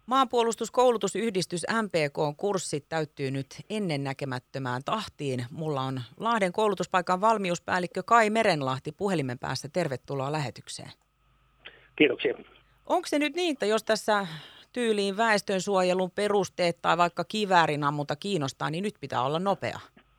Maanpuolustuskoulutusyhdistys MPK-kurssit täyttyy nyt ennennäkemättömään tahtiin. Mulla on Lahden koulutuspaikan valmiuspäällikkö Kai Merenlahti puhelimen päässä. Tervetuloa lähetykseen. Kiitoksia. Onko se nyt niin, että jos tässä tyyliin väestönsuojelun perusteet tai vaikka kiväärinammunta kiinnostaa, niin nyt pitää olla nopea?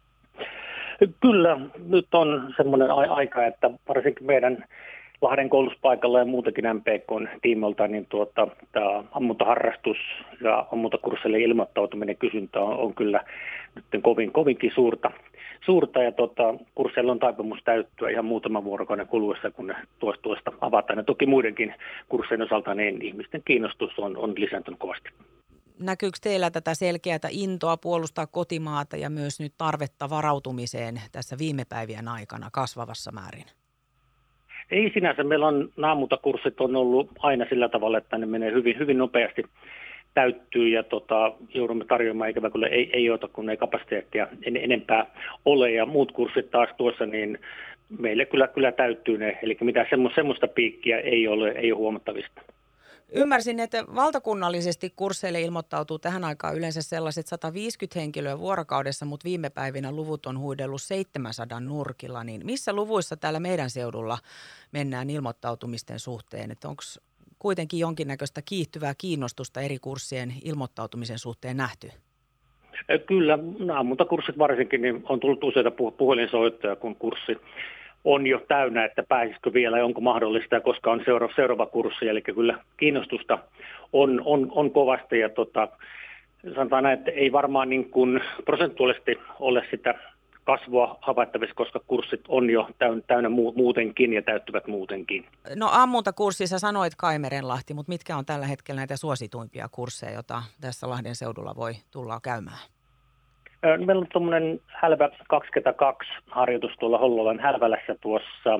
Kyllä, nyt on semmoinen aika, että varsinkin meidän Lahden koulutuspaikalla ja muutenkin MPK:n tiimolta, niin tämä ammuntaharrastus ja ammuntakursseille ilmoittautuminen kysyntä on kyllä nyt kovinkin suurta ja kursseilla on taipumus täyttyä ihan muutaman vuorokauden kuluessa, kun ne tuosta avataan. Ja toki muidenkin kurssien osalta niin ihmisten kiinnostus on lisääntynyt kovasti. Näkyykö teillä tätä selkeää intoa puolustaa kotimaata ja myös nyt tarvetta varautumiseen tässä viime päivien aikana kasvavassa määrin? Ei sinänsä. Meillä on ammuntakurssit on ollut aina sillä tavalla, että ne menee hyvin nopeasti täyttyy ja joudumme tarjoamaan, ikävä kyllä ei ota, kun ei kapasiteettia enempää ole. Ja muut kurssit taas tuossa, niin meille kyllä täyttyy ne. Eli mitään semmoista piikkiä ei ole huomattavista. Ymmärsin, että valtakunnallisesti kursseille ilmoittautuu tähän aikaan yleensä sellaiset 150 henkilöä vuorokaudessa, mutta viime päivinä luvut on huidellut 700 nurkilla. Niin missä luvuissa täällä meidän seudulla mennään ilmoittautumisten suhteen? Että onko kuitenkin jonkinnäköistä kiihtyvää kiinnostusta eri kurssien ilmoittautumisen suhteen nähty? Kyllä, ammuntakurssit varsinkin, niin on tullut useita puhelinsoittoja, kun kurssi on jo täynnä, että pääsisikö vielä ja onko mahdollista ja koska on seuraava kurssi. Eli kyllä kiinnostusta on kovasti ja sanotaan näin, että ei varmaan niin kuin prosentuaalisesti ole sitä kasvua havaittavissa, koska kurssit on jo täynnä muutenkin ja täyttyvät muutenkin. No ammuntakurssissa sanoit Kai Merenlahti, mutta mitkä on tällä hetkellä näitä suosituimpia kursseja, joita tässä Lahden seudulla voi tulla käymään? Meillä on tuommoinen Hälvä 22 harjoitus tuolla Hollolan Hälvälässä tuossa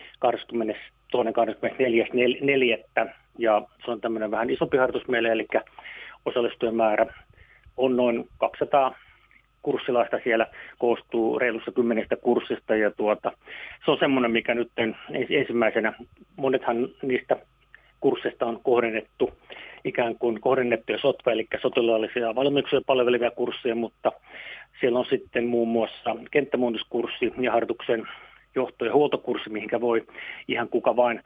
24.4. Ja se on tämmöinen vähän isompi harjoitus meille, eli osallistujamäärä on noin 200 kurssilaista siellä, koostuu reilussa 10 kurssista ja se on semmoinen, mikä nyt ensimmäisenä, monethan niistä kursseista on kohdennettu ikään kuin kohdennettuja sotva, eli sotilaallisia valmiuksia palvelevia kursseja, mutta siellä on sitten muun muassa kenttämuunnuskurssi ja harjoituksen johto- ja huoltokurssi, mihinkä voi ihan kuka vain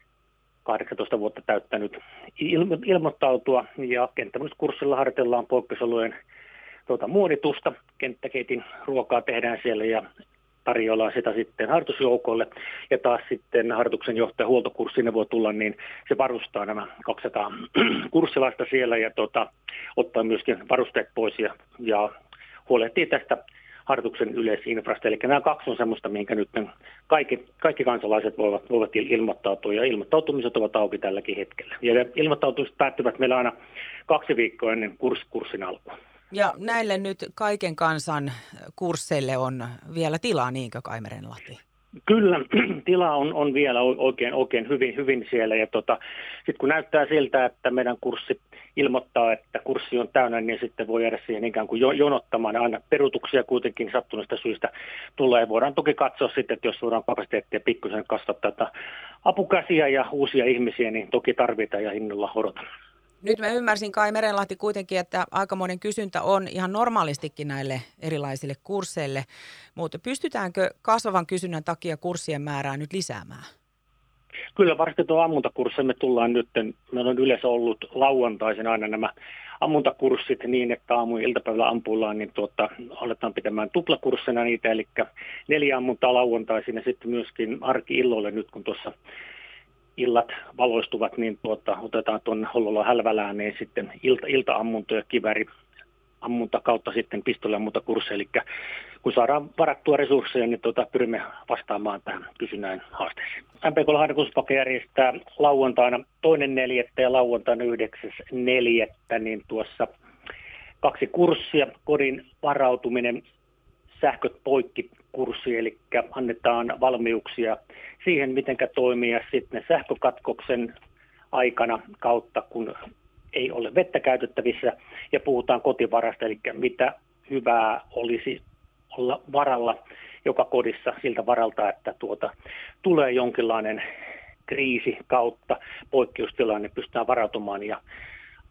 18 vuotta täyttänyt ilmoittautua. Ja kenttämuunnuskurssilla harjoitellaan poikkeusolojen muoditusta, kenttäkeitin ruokaa tehdään siellä ja tarjoillaan sitä sitten harjoitusjoukoille ja taas sitten harjoituksen johtaja huoltokurssi, ne voi tulla, niin se varustaa nämä 200 kurssilaista siellä ja ottaa myöskin varusteet pois ja huolehtii tästä harjoituksen yleisinfrasta. Eli nämä kaksi on semmoista, mihinkä nyt kaikki kansalaiset voivat ilmoittautua ja ilmoittautumiset ovat auki tälläkin hetkellä. Ja ilmoittautumiset päättyvät meillä aina 2 viikkoa ennen kurssin alkua. Ja näille nyt kaiken kansan kursseille on vielä tilaa, niinkö Kai Merenlahti? Kyllä, tila on vielä oikein hyvin siellä ja sitten kun näyttää siltä, että meidän kurssi ilmoittaa, että kurssi on täynnä, niin sitten voi jäädä siihen ikään kuin jonottamaan. Aina peruutuksia kuitenkin sattuneista syistä tulee. Voidaan toki katsoa sitten, että jos voidaan kapasiteettia pikkusen kasvattaa apukäsiä ja uusia ihmisiä, niin toki tarvitaan ja innolla odotan. Nyt mä ymmärsin Kai Merenlahti kuitenkin, että aikamoinen kysyntä on ihan normaalistikin näille erilaisille kursseille, mutta pystytäänkö kasvavan kysynnän takia kurssien määrää nyt lisäämään? Kyllä, varsinkin tuo ammuntakurssi me tullaan nyt, meillä on yleensä ollut lauantaisin aina nämä ammuntakurssit niin, että aamu- ja iltapäivällä ampuillaan, niin aletaan pitämään tuplakurssina niitä, eli 4 ammuntaa lauantaisin ja sitten myöskin arki-illoille nyt, kun tuossa illat valoistuvat, niin otetaan tuonne Hollolan Hälvälään, niin sitten ilta-ammunta ja kivääriammunta kautta sitten pistooliammuntakursseja. Eli kun saadaan varattua resursseja, niin pyrimme vastaamaan tähän kysynnän haasteeseen. MPK Lahden koulutuspaikka järjestää lauantaina 2.4. ja lauantaina 9.4. niin tuossa 2 kurssia, kodin varautuminen, sähköt poikki kurssi, eli annetaan valmiuksia siihen, miten toimia sitten sähkökatkoksen aikana kautta, kun ei ole vettä käytettävissä, ja puhutaan kotivarasta, eli mitä hyvää olisi olla varalla joka kodissa siltä varalta, että tulee jonkinlainen kriisi kautta poikkeustilanne, pystytään varautumaan ja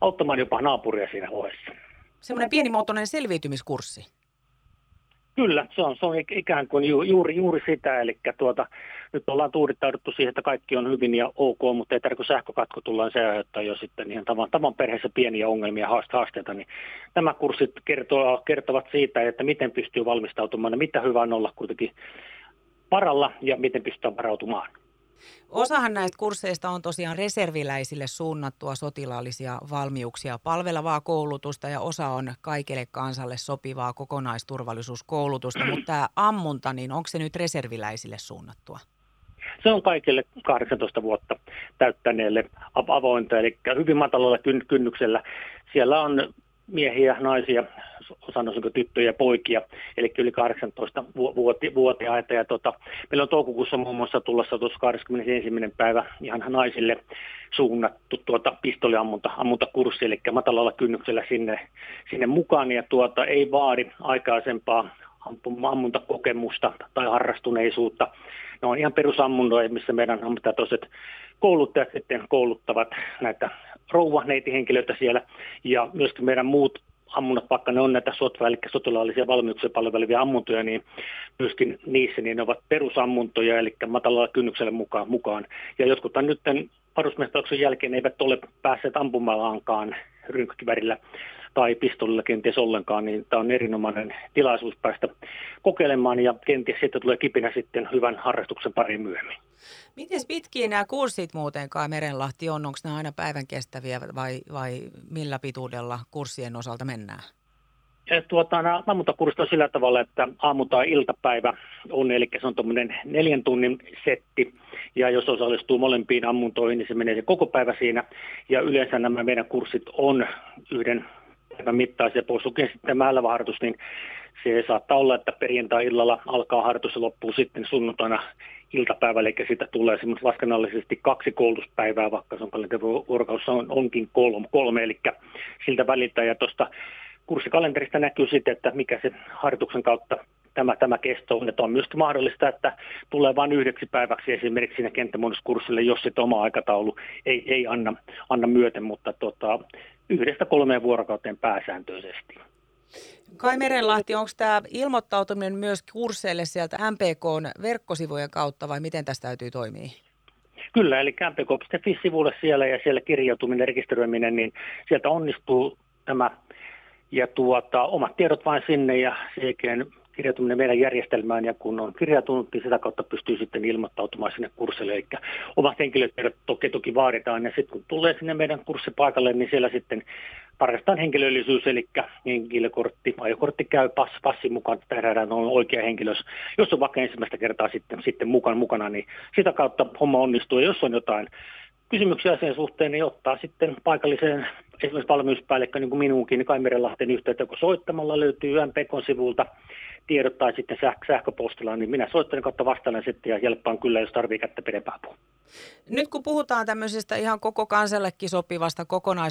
auttamaan jopa naapuria siinä ohessa. Semmoinen pienimuotoinen selviytymiskurssi. Kyllä, se on ikään kuin juuri sitä, eli nyt ollaan tuudittauduttu siihen, että kaikki on hyvin ja ok, mutta ei tarvitse sähkökatko tullaan, se aiheuttaa jo sitten ihan tavan perheessä pieniä ongelmia haasteita, niin nämä kurssit kertovat siitä, että miten pystyy valmistautumaan ja mitä hyvä on olla kuitenkin varalla ja miten pystytään varautumaan. Osahan näistä kursseista on tosiaan reserviläisille suunnattua sotilaallisia valmiuksia palvelevaa koulutusta ja osa on kaikille kansalle sopivaa kokonaisturvallisuuskoulutusta, mutta tämä ammunta, niin onko se nyt reserviläisille suunnattua? Se on kaikille 18 vuotta täyttäneelle avointa, eli hyvin matalalla kynnyksellä. Siellä on miehiä, naisia, sanoisinko tyttöjä ja poikia, eli yli 18-vuotiaita. Ja meillä on toukokuussa muun muassa tulossa tuossa 21. päivä ihan naisille suunnattu pistoliammuntakurssi, eli matalalla kynnyksellä sinne mukaan. Ja ei vaadi aikaisempaa ammuntakokemusta tai harrastuneisuutta. Ne on ihan perusammuntoja, missä meidän ammattitaitoiset kouluttajat sitten kouluttavat näitä rouva-neitihenkilöitä siellä. Ja myöskin meidän muut ammunnat, vaikka ne on näitä SOTVA, eli sotilaallisia valmiuksia palvelevia ammuntoja, niin myöskin niissä niin ne ovat perusammuntoja, eli matalalla kynnyksellä mukaan. Ja jotkut nyt varusmiestauksen jälkeen eivät ole päässeet ampumalaankaan rynkkäkivärillä tai pistolilla kenties ollenkaan, niin tämä on erinomainen tilaisuus päästä kokeilemaan ja kenties sitten tulee kipinä sitten hyvän harrastuksen pariin myöhemmin. Miten pitkiä nämä kurssit muuten Kai Merenlahti on? Onko nämä aina päivän kestäviä vai millä pituudella kurssien osalta mennään? Nämä ammuntakurssit on sillä tavalla, että aamu- tai iltapäivä on, eli se on tuommoinen 4 tunnin setti, ja jos osallistuu molempiin ammuntoihin, niin se menee se koko päivä siinä, ja yleensä nämä meidän kurssit on yhden päivän mittaisia, pois lukien sitten tämä harjoitus, niin se saattaa olla, että perjantai-illalla alkaa harjoitus ja loppuu sitten sunnuntaina iltapäivällä, eli siitä tulee semmoista laskennallisesti 2 koulutuspäivää, vaikka se on kalenterivuorokaudessa onkin 3, eli siltä väliltä, ja tuosta kurssikalenterista näkyy sitten, että mikä se harjoituksen kautta tämä kesto on. Että on myöskin mahdollista, että tulee vain 1 päiväksi esimerkiksi siinä kenttämuodoskurssille, jos sitten oma aikataulu ei anna myöten, mutta 1-3 vuorokauteen pääsääntöisesti. Kai Merenlahti, onko tämä ilmoittautuminen myös kursseille sieltä MPK:n verkkosivujen kautta vai miten tästä täytyy toimia? Kyllä, eli mpk.fi-sivulle siellä ja siellä kirjautuminen, rekisteröiminen, niin sieltä onnistuu tämä. Ja omat tiedot vain sinne ja sen kirjautuminen meidän järjestelmään, ja kun on kirjautunut, niin sitä kautta pystyy sitten ilmoittautumaan sinne kurssille. Eli omat henkilötiedot toki vaaditaan, ja sitten kun tulee sinne meidän kurssipaikalle, niin siellä sitten tarkastetaan henkilöllisyys, eli henkilökortti, ajokortti käy passin mukaan, että tehdään on oikea henkilö. Jos on vaikka ensimmäistä kertaa sitten mukana, niin sitä kautta homma onnistuu, ja jos on jotain kysymyksiä sen suhteen, niin ottaa sitten paikalliseen esimerkiksi valmiuspäällikkö, niin kuin minuunkin, niin Kai Merenlahten yhteyttä, joko soittamalla löytyy MPK:n sivulta tiedot tai sitten sähköpostilla, niin minä soittelen kautta vastailen sitten ja jelppaan kyllä, jos tarvii kättä pidempää apua. Nyt kun puhutaan tämmöisestä ihan koko kansallekin sopivasta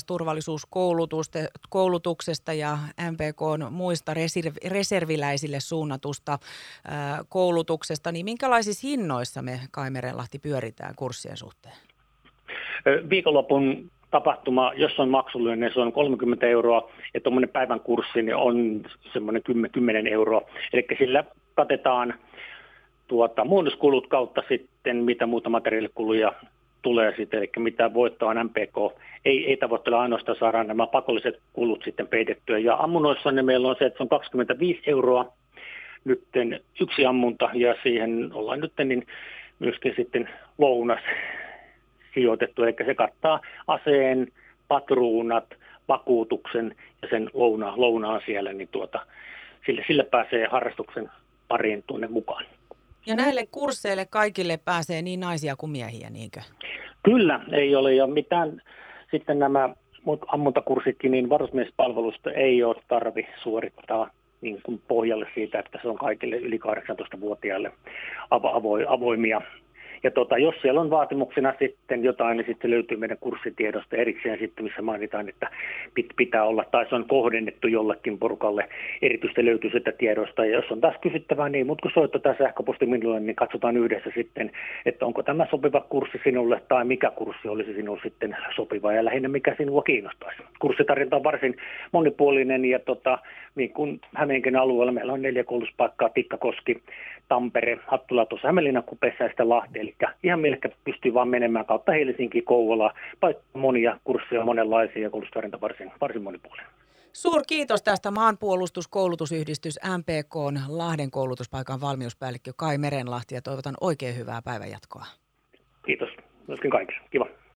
kokonaisturvallisuuskoulutuksesta ja MPK:n muista reserviläisille suunnatusta koulutuksesta, niin minkälaisissa hinnoissa me Kai Merenlahti pyöritään kurssien suhteen? Viikonlopun tapahtuma, jos on maksullinen, niin se on 30 €, ja tuommoinen päivän kurssi niin on semmoinen 10 €. Eli sillä katetaan muodoskulut kautta sitten, mitä muuta materiaalikuluja tulee sitten, eli mitä voittoa MPK ei tavoittele ainoastaan saada nämä pakolliset kulut sitten peitettyä. Ja ammunnoissa niin meillä on se, että se on 25 € nyt yksi ammunta, ja siihen ollaan nyt niin myöskin sitten lounas sijoitettu, eli se kattaa aseen, patruunat, vakuutuksen ja sen lounaan siellä, niin sillä pääsee harrastuksen pariin tuonne mukaan. Ja näille kursseille kaikille pääsee niin naisia kuin miehiä, niinkö? Kyllä, ei ole, ja mitään sitten nämä ammuntakurssitkin, niin varusmiespalvelusta ei ole tarvi suorittaa niin kuin pohjalle siitä, että se on kaikille yli 18-vuotiaille avoimia. Ja jos siellä on vaatimuksena sitten jotain, niin sitten löytyy meidän kurssitiedosta erikseen sitten, missä mainitaan, että pitää olla, tai se on kohdennettu jollekin porukalle, erityisesti löytyy sitä tiedosta. Ja jos on taas kysyttävää, niin mut kun soittaa tämä sähköposti minulle, niin katsotaan yhdessä sitten, että onko tämä sopiva kurssi sinulle, tai mikä kurssi olisi sinulle sitten sopiva, ja lähinnä mikä sinua kiinnostaisi. Kurssitarjonta on varsin monipuolinen, ja niin kuin Hämeenkin alueella meillä on 4 koulutuspaikkaa, Tikkakoski, Tampere, Hattula tuossa Hämeenlinnan kupeessa ja sitten Lahti. Eli ihan mielekkä pystyy vaan menemään kautta Helsinki, Kouvola, monia kursseja monenlaisia ja koulutustarjonta varsin monipuolinen. Kiitos tästä Maanpuolustuskoulutusyhdistys MPK:n Lahden koulutuspaikan valmiuspäällikkö Kai Merenlahti ja toivotan oikein hyvää päivänjatkoa. Kiitos myöskin kaikille. Kiva.